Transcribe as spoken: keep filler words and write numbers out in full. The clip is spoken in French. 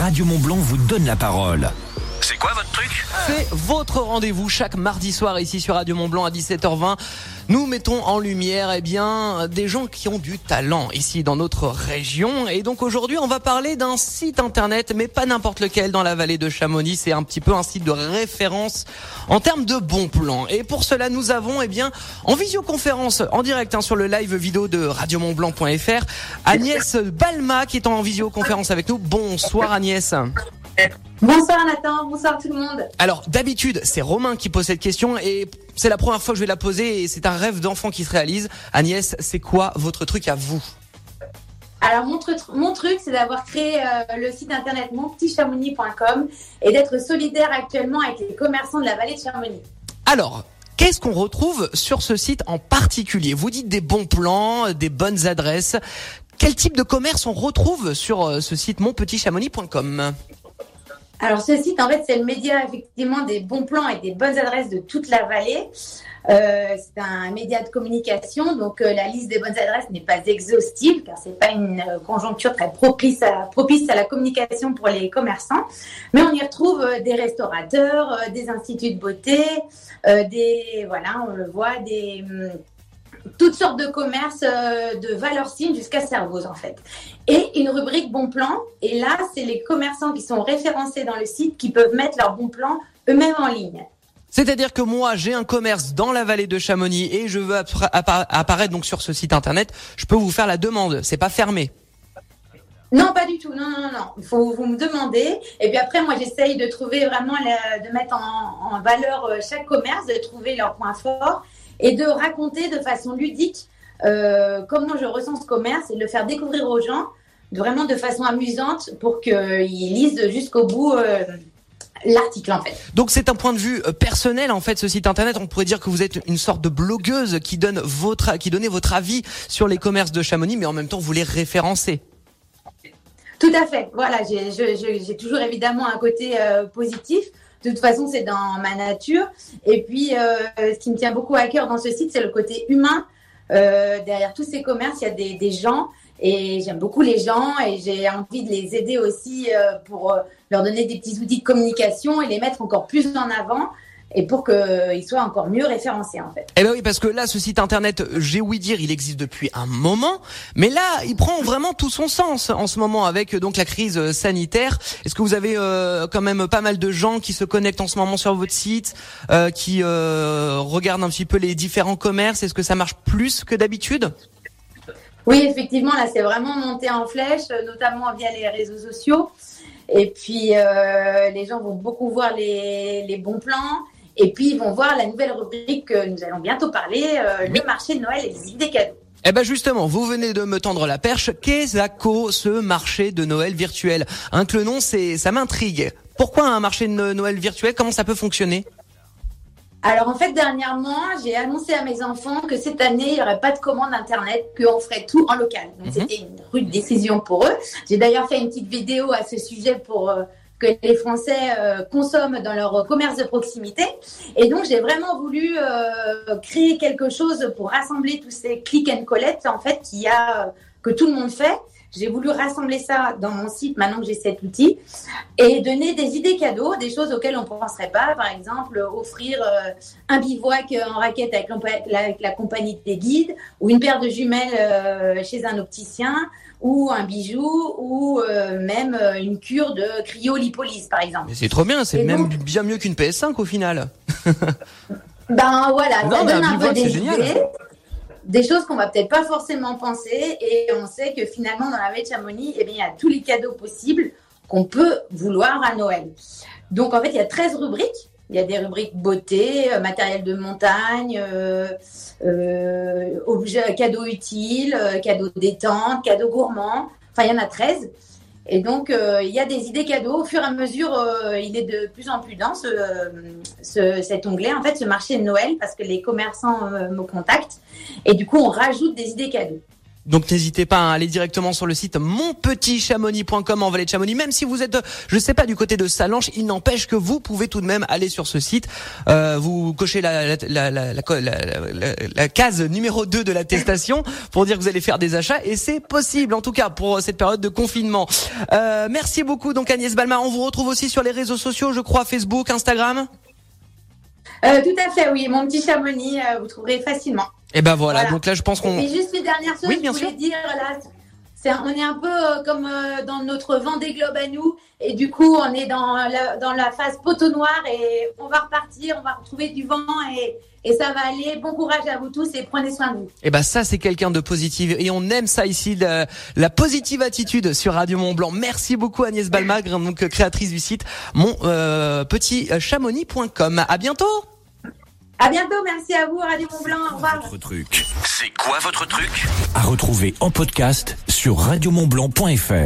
Radio Mont-Blanc vous donne la parole. C'est quoi votre truc ? C'est votre rendez-vous chaque mardi soir ici sur Radio Mont-Blanc à dix-sept heures vingt. Nous mettons en lumière eh bien, des gens qui ont du talent ici dans notre région. Et donc aujourd'hui, on va parler d'un site internet, mais pas n'importe lequel dans la vallée de Chamonix. C'est un petit peu un site de référence en termes de bons plans. Et pour cela, nous avons eh bien, en visioconférence, en direct hein, sur le live vidéo de radio mont blanc point f r, Agnès Balma qui est en visioconférence avec nous. Bonsoir Agnès. Bonsoir Nathan, bonsoir tout le monde. Alors d'habitude c'est Romain qui pose cette question et c'est la première fois que je vais la poser et c'est un rêve d'enfant qui se réalise. Agnès, c'est quoi votre truc à vous ? Alors mon truc, mon truc c'est d'avoir créé euh, le site internet mon petit chamonix point com et d'être solidaire actuellement avec les commerçants de la vallée de Chamonix. Alors, qu'est-ce qu'on retrouve sur ce site en particulier ? Vous dites des bons plans, des bonnes adresses. Quel type de commerce on retrouve sur ce site mon petit chamonix point com ? Alors ce site, en fait, c'est le média effectivement des bons plans et des bonnes adresses de toute la vallée. Euh, c'est un média de communication, donc euh, la liste des bonnes adresses n'est pas exhaustive car c'est pas une euh, conjoncture très propice à, propice à la communication pour les commerçants. Mais on y retrouve euh, des restaurateurs, euh, des instituts de beauté, euh, des voilà, on le voit, des hum, toutes sortes de commerces euh, de valeurs signes jusqu'à Servoz en fait. Et une rubrique bons plans. Et là, c'est les commerçants qui sont référencés dans le site qui peuvent mettre leurs bons plans eux-mêmes en ligne. C'est-à-dire que moi, j'ai un commerce dans la vallée de Chamonix et je veux appa- apparaître donc sur ce site internet. Je peux vous faire la demande. C'est pas fermé. Non, pas du tout. Non, non, non. Il faut vous me demander. Et puis après, moi, j'essaye de trouver vraiment, la, de mettre en, en valeur chaque commerce, de trouver leurs points forts et de raconter de façon ludique euh, comment je ressens ce commerce et de le faire découvrir aux gens vraiment de façon amusante pour qu'ils lisent jusqu'au bout euh, l'article en fait. Donc c'est un point de vue personnel en fait ce site internet. On pourrait dire que vous êtes une sorte de blogueuse qui donne votre qui donnait votre avis sur les commerces de Chamonix, mais en même temps vous les référencez. Tout à fait. Voilà, j'ai, je, je, j'ai toujours évidemment un côté euh, positif. De toute façon, c'est dans ma nature. Et puis, euh, ce qui me tient beaucoup à cœur dans ce site, c'est le côté humain. Euh, derrière tous ces commerces, il y a des, des gens. Et j'aime beaucoup les gens. Et j'ai envie de les aider aussi euh, pour euh, leur donner des petits outils de communication et les mettre encore plus en avant. Et pour qu'ils soient encore mieux référencés, en fait. Eh ben oui, parce que là, ce site internet, j'ai ouï dire, il existe depuis un moment. Mais là, il prend vraiment tout son sens en ce moment avec donc la crise sanitaire. Est-ce que vous avez euh, quand même pas mal de gens qui se connectent en ce moment sur votre site, euh, qui euh, regardent un petit peu les différents commerces ? Est-ce que ça marche plus que d'habitude ? Oui, effectivement, là, c'est vraiment monté en flèche, notamment via les réseaux sociaux. Et puis, euh, les gens vont beaucoup voir les, les bons plans. Et puis, ils vont voir la nouvelle rubrique que nous allons bientôt parler, euh, le marché de Noël et les idées cadeaux. Eh ben justement, vous venez de me tendre la perche. Qu'est-ce que ce marché de Noël virtuel ? Hein, que le nom, c'est, ça m'intrigue. Pourquoi un marché de Noël virtuel ? Comment ça peut fonctionner ? Alors, en fait, dernièrement, j'ai annoncé à mes enfants que cette année, il n'y aurait pas de commande Internet, qu'on ferait tout en local. Donc, mm-hmm. C'était une rude décision pour eux. J'ai d'ailleurs fait une petite vidéo à ce sujet pour... Euh, que les Français euh, consomment dans leur commerce de proximité. Et donc, j'ai vraiment voulu euh, créer quelque chose pour rassembler tous ces click and collect, en fait, qu'il y a, que tout le monde fait. J'ai voulu rassembler ça dans mon site, maintenant que j'ai cet outil, et donner des idées cadeaux, des choses auxquelles on ne penserait pas. Par exemple, offrir euh, un bivouac en raquette avec, avec la compagnie des guides, ou une paire de jumelles euh, chez un opticien, ou un bijou, ou euh, même euh, une cure de cryolipolyse, par exemple. Mais c'est trop bien, c'est et même donc, bien mieux qu'une P S cinq au final. Ben voilà, non, ça donne un, un peu des génial. idées, des choses qu'on va peut-être pas forcément penser, et on sait que finalement, dans la vallée de Chamonix, eh bien, il y a tous les cadeaux possibles qu'on peut vouloir à Noël. Donc, en fait, il y a treize rubriques. Il y a des rubriques beauté, euh, matériel de montagne, euh, euh, objets, cadeaux utiles, euh, cadeaux détente, cadeaux gourmands. Enfin, il y en a treize. Et donc, euh, il y a des idées cadeaux. Au fur et à mesure, euh, il est de plus en plus dense, ce, ce, cet onglet, en fait, ce marché de Noël, parce que les commerçants euh, me contactent. Et du coup, on rajoute des idées cadeaux. Donc n'hésitez pas à aller directement sur le site mon petit chamonix point com en Vallée de Chamonix. Même si vous êtes, je sais pas, du côté de Salanches, il n'empêche que vous pouvez tout de même aller sur ce site. Euh, vous cochez la la, la, la, la, la, la case numéro deux de l'attestation pour dire que vous allez faire des achats et c'est possible, en tout cas pour cette période de confinement. Euh, merci beaucoup donc Agnès Balma. On vous retrouve aussi sur les réseaux sociaux, je crois, Facebook, Instagram. Euh, tout à fait, oui. Mon petit Chamonix, euh, vous trouverez facilement. Et ben voilà, voilà. Donc là je pense qu'on... Et juste une dernière chose, oui, bien je voulais sûr. dire, là, c'est, on est un peu euh, comme euh, dans notre Vendée Globe à nous, et du coup on est dans la, dans la phase poteau noir, et on va repartir, on va retrouver du vent, et, et ça va aller. Bon courage à vous tous, et prenez soin de vous. Et ben ça c'est quelqu'un de positif, et on aime ça ici, la, la positive attitude sur Radio Mont Blanc. Merci beaucoup Agnès Balma, donc créatrice du site mon euh, petit chamonix point com. À bientôt. À bientôt, merci à vous, Radio Mont Blanc. Au revoir. Votre truc. C'est quoi votre truc? À retrouver en podcast sur radio mont blanc point f r.